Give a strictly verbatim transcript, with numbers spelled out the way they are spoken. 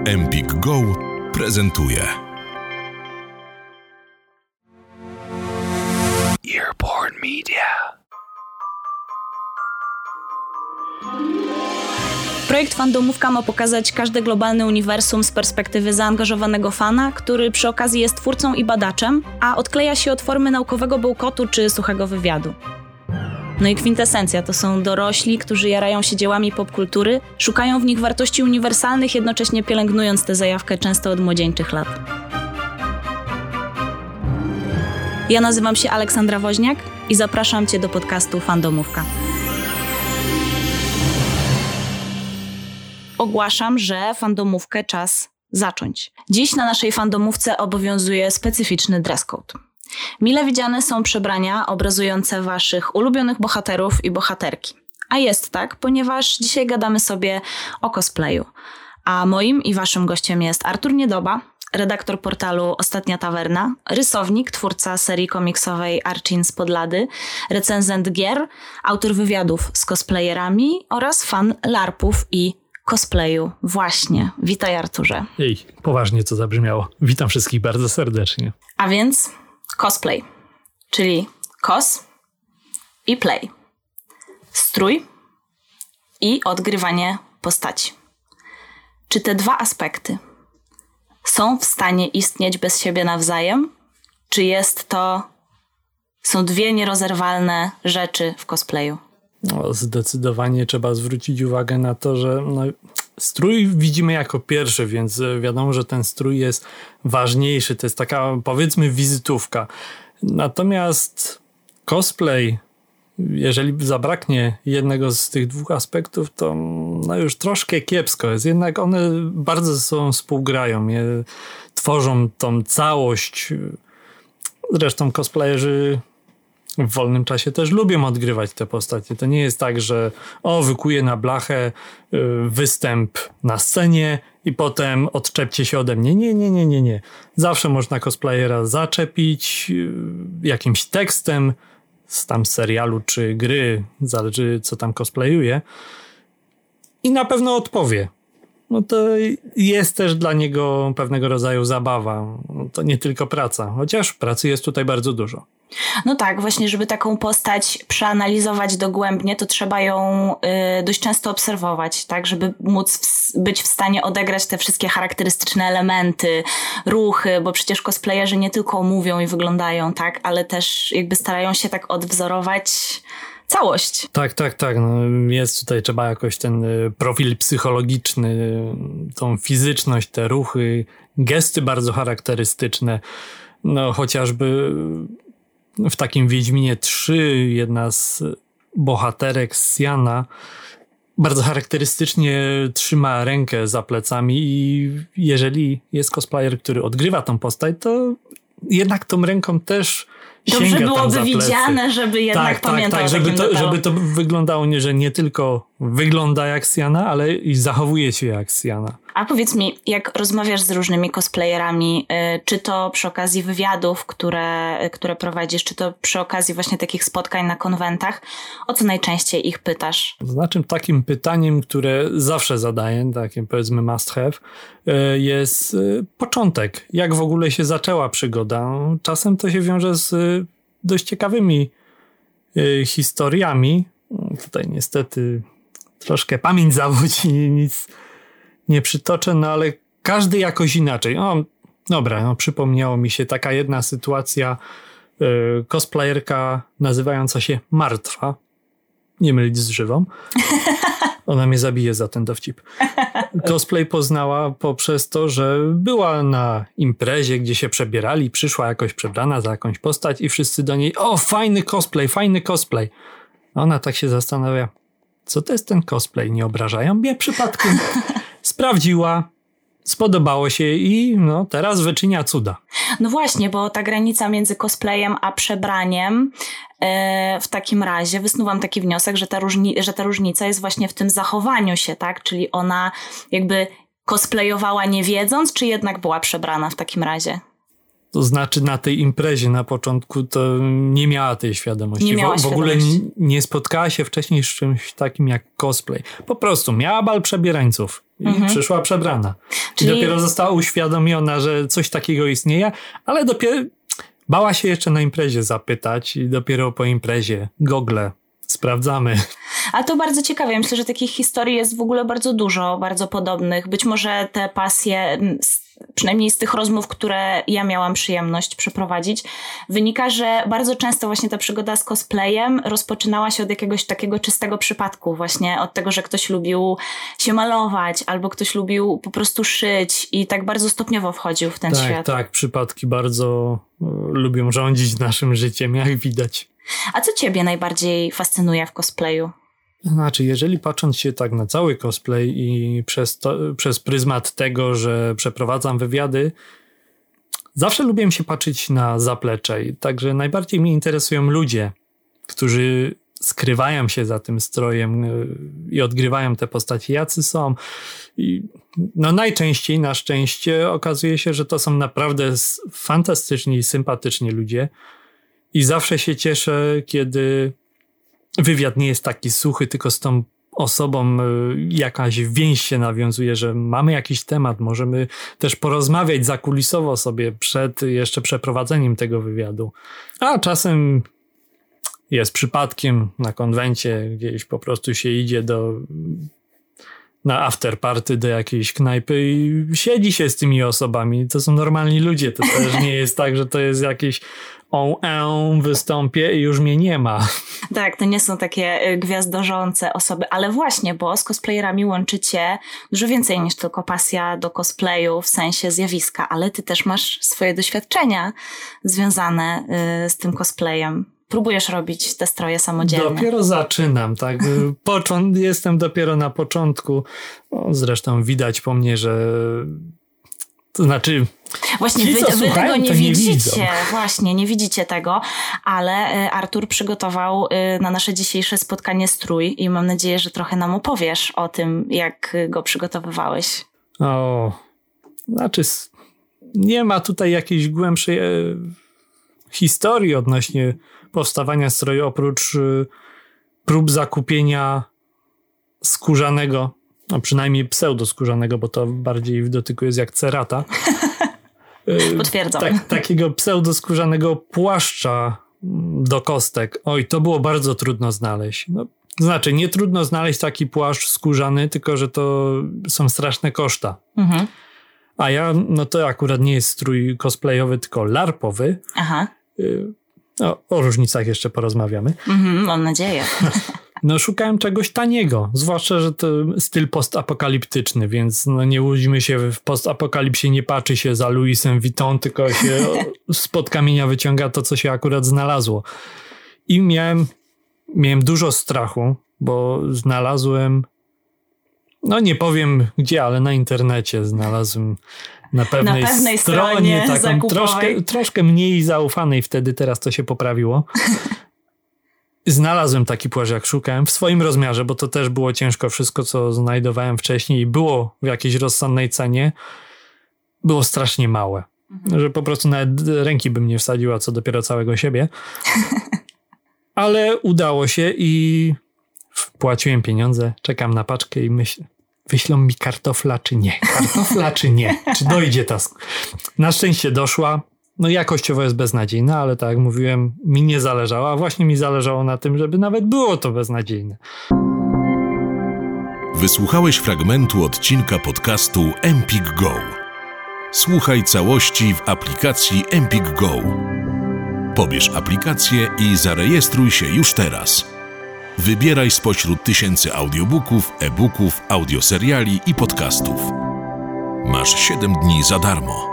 Empik Go prezentuje Earborn Media. Projekt Fandomówka ma pokazać każde globalne uniwersum z perspektywy zaangażowanego fana, który przy okazji jest twórcą i badaczem, a odkleja się od formy naukowego bełkotu czy suchego wywiadu. No i kwintesencja to są dorośli, którzy jarają się dziełami popkultury, szukają w nich wartości uniwersalnych, jednocześnie pielęgnując tę zajawkę często od młodzieńczych lat. Ja nazywam się Aleksandra Woźniak i zapraszam Cię do podcastu Fandomówka. Ogłaszam, że Fandomówkę czas zacząć. Dziś na naszej Fandomówce obowiązuje specyficzny dress code. Mile widziane są przebrania obrazujące Waszych ulubionych bohaterów i bohaterki. A jest tak, ponieważ dzisiaj gadamy sobie o cosplayu. A moim i Waszym gościem jest Artur Niedoba, redaktor portalu Ostatnia Tawerna, rysownik, twórca serii komiksowej Arcin z Podlady, recenzent gier, autor wywiadów z cosplayerami oraz fan larpów i cosplayu. Właśnie. Witaj, Arturze. Ej, poważnie to zabrzmiało. Witam wszystkich bardzo serdecznie. A więc cosplay, czyli cos i play. Strój i odgrywanie postaci. Czy te dwa aspekty są w stanie istnieć bez siebie nawzajem? Czy jest to, są dwie nierozerwalne rzeczy w cosplayu? No, zdecydowanie trzeba zwrócić uwagę na to, że no, strój widzimy jako pierwszy, więc wiadomo, że ten strój jest ważniejszy. To jest taka, powiedzmy, wizytówka. Natomiast cosplay, jeżeli zabraknie jednego z tych dwóch aspektów, to no już troszkę kiepsko jest. Jednak one bardzo ze sobą współgrają, je tworzą tą całość. Zresztą cosplayerzy w wolnym czasie też lubią odgrywać te postacie. To nie jest tak, że o, wykuję na blachę występ na scenie i potem odczepcie się ode mnie. Nie, nie, nie, nie, nie. Zawsze można cosplayera zaczepić jakimś tekstem z tam serialu czy gry, zależy co tam cosplayuje, i na pewno odpowie. No to jest też dla niego pewnego rodzaju zabawa. No to nie tylko praca, chociaż pracy jest tutaj bardzo dużo. No tak, właśnie, żeby taką postać przeanalizować dogłębnie, to trzeba ją y, dość często obserwować, tak, żeby móc w, być w stanie odegrać te wszystkie charakterystyczne elementy, ruchy, bo przecież cosplayerzy nie tylko mówią i wyglądają, tak, ale też jakby starają się tak odwzorować całość. Tak, tak, tak. No jest tutaj, trzeba jakoś ten profil psychologiczny, tą fizyczność, te ruchy, gesty bardzo charakterystyczne. No chociażby w takim Wiedźminie trzy jedna z bohaterek, Siana, bardzo charakterystycznie trzyma rękę za plecami i jeżeli jest cosplayer, który odgrywa tą postać, to jednak tą ręką też dobrze sięga byłoby tam za plecy. Widziane, żeby jednak tak, pamiętał tak, o tak, żeby takim to, żeby to wyglądało nie, że nie tylko wygląda jak Siana, ale i zachowuje się jak Siana. A powiedz mi, jak rozmawiasz z różnymi cosplayerami, czy to przy okazji wywiadów, które, które prowadzisz, czy to przy okazji właśnie takich spotkań na konwentach, o co najczęściej ich pytasz? To znaczy takim pytaniem, które zawsze zadaję, takim powiedzmy must have, jest początek. Jak w ogóle się zaczęła przygoda? Czasem to się wiąże z dość ciekawymi historiami. Tutaj niestety troszkę pamięć zawodzi i nic nie przytoczę, no ale każdy jakoś inaczej. O, dobra, no przypomniało mi się taka jedna sytuacja, yy, cosplayerka nazywająca się Martwa, nie mylić z żywą. Ona mnie zabije za ten dowcip. Cosplay poznała poprzez to, że była na imprezie, gdzie się przebierali, przyszła jakoś przebrana za jakąś postać i wszyscy do niej, o, fajny cosplay, fajny cosplay. A ona tak się zastanawia, co to jest ten cosplay? Nie obrażają mnie przypadkiem? Sprawdziła, spodobało się i no teraz wyczynia cuda. No właśnie, bo ta granica między cosplayem a przebraniem yy, w takim razie wysnuwam taki wniosek, że ta, różni- że ta różnica jest właśnie w tym zachowaniu się, tak? Czyli ona jakby cosplayowała nie wiedząc, czy jednak była przebrana w takim razie? To znaczy na tej imprezie na początku to nie miała tej świadomości. Nie miała w, w ogóle świadomości. nie, nie spotkała się wcześniej z czymś takim jak cosplay. Po prostu miała bal przebierańców i mhm. przyszła przebrana. Czyli... Dopiero została uświadomiona, że coś takiego istnieje, ale dopiero bała się jeszcze na imprezie zapytać i dopiero po imprezie Google sprawdzamy. A to bardzo ciekawe. Ja myślę, że takich historii jest w ogóle bardzo dużo, bardzo podobnych. Być może te pasje, przynajmniej z tych rozmów, które ja miałam przyjemność przeprowadzić, wynika, że bardzo często właśnie ta przygoda z cosplayem rozpoczynała się od jakiegoś takiego czystego przypadku. Właśnie od tego, że ktoś lubił się malować albo ktoś lubił po prostu szyć i tak bardzo stopniowo wchodził w ten tak, świat. Tak, przypadki bardzo y, lubią rządzić naszym życiem, jak widać. A co ciebie najbardziej fascynuje w cosplayu? Znaczy, jeżeli patrząc się tak na cały cosplay i przez, to, przez pryzmat tego, że przeprowadzam wywiady, zawsze lubiłem się patrzeć na zaplecze. I także najbardziej mnie interesują ludzie, którzy skrywają się za tym strojem i odgrywają te postaci, jacy są. I no najczęściej, na szczęście, okazuje się, że to są naprawdę fantastyczni i sympatyczni ludzie. I zawsze się cieszę, kiedy wywiad nie jest taki suchy, tylko z tą osobą jakaś więź się nawiązuje, że mamy jakiś temat, możemy też porozmawiać zakulisowo sobie przed jeszcze przeprowadzeniem tego wywiadu. A czasem jest przypadkiem na konwencie, gdzieś po prostu się idzie do na afterparty do jakiejś knajpy i siedzi się z tymi osobami. To są normalni ludzie. To też nie jest tak, że to jest jakieś o, e, wystąpię i już mnie nie ma. Tak, to nie są takie gwiazdorzące osoby, ale właśnie, bo z cosplayerami łączy cię dużo więcej niż tylko pasja do cosplayu w sensie zjawiska, ale ty też masz swoje doświadczenia związane y, z tym cosplayem. Próbujesz robić te stroje samodzielnie. Dopiero zaczynam, tak. Począ- jestem dopiero na początku. No, zresztą widać po mnie, że to znaczy... Właśnie ci, wy, co wy słuchają, tego nie to nie widzicie. widzą. Właśnie, nie widzicie tego, ale Artur przygotował na nasze dzisiejsze spotkanie strój i mam nadzieję, że trochę nam opowiesz o tym, jak go przygotowywałeś. O, znaczy nie ma tutaj jakiejś głębszej e, historii odnośnie powstawania stroju, oprócz y, prób zakupienia skórzanego, no przynajmniej pseudoskórzanego, bo to bardziej w dotyku jest jak cerata. Y, Potwierdzam. Tak, takiego pseudoskórzanego płaszcza do kostek. Oj, to było bardzo trudno znaleźć. No, znaczy, nie trudno znaleźć taki płaszcz skórzany, tylko że to są straszne koszta. Mhm. A ja, no to akurat nie jest strój cosplayowy, tylko larpowy. Aha. Y, No, o różnicach jeszcze porozmawiamy. Mm-hmm, mam nadzieję. No szukałem czegoś taniego, zwłaszcza, że to styl postapokaliptyczny, więc no nie łudźmy się, w postapokalipsie nie patrzy się za Louisem Vuitton, tylko się spod kamienia wyciąga to, co się akurat znalazło. I miałem, miałem dużo strachu, bo znalazłem, no nie powiem gdzie, ale na internecie znalazłem na pewnej, na pewnej stronie, stronie taką troszkę, troszkę mniej zaufanej wtedy, teraz to się poprawiło. Znalazłem taki płaszcz, jak szukałem, w swoim rozmiarze, bo to też było ciężko. Wszystko, co znajdowałem wcześniej i było w jakiejś rozsądnej cenie, było strasznie małe. Mhm. Że po prostu nawet ręki bym nie wsadziła, co dopiero całego siebie. Ale udało się i wpłaciłem pieniądze, czekam na paczkę i myślę, wyślą mi kartofla czy nie? Kartofla czy nie? Czy dojdzie ta... Na szczęście doszła. No jakościowo jest beznadziejna, ale tak jak mówiłem, mi nie zależało, a właśnie mi zależało na tym, żeby nawet było to beznadziejne. Wysłuchałeś fragmentu odcinka podcastu Empik Go. Słuchaj całości w aplikacji Empik Go. Pobierz aplikację i zarejestruj się już teraz. Wybieraj spośród tysięcy audiobooków, e-booków, audioseriali i podcastów. Masz siedem dni za darmo.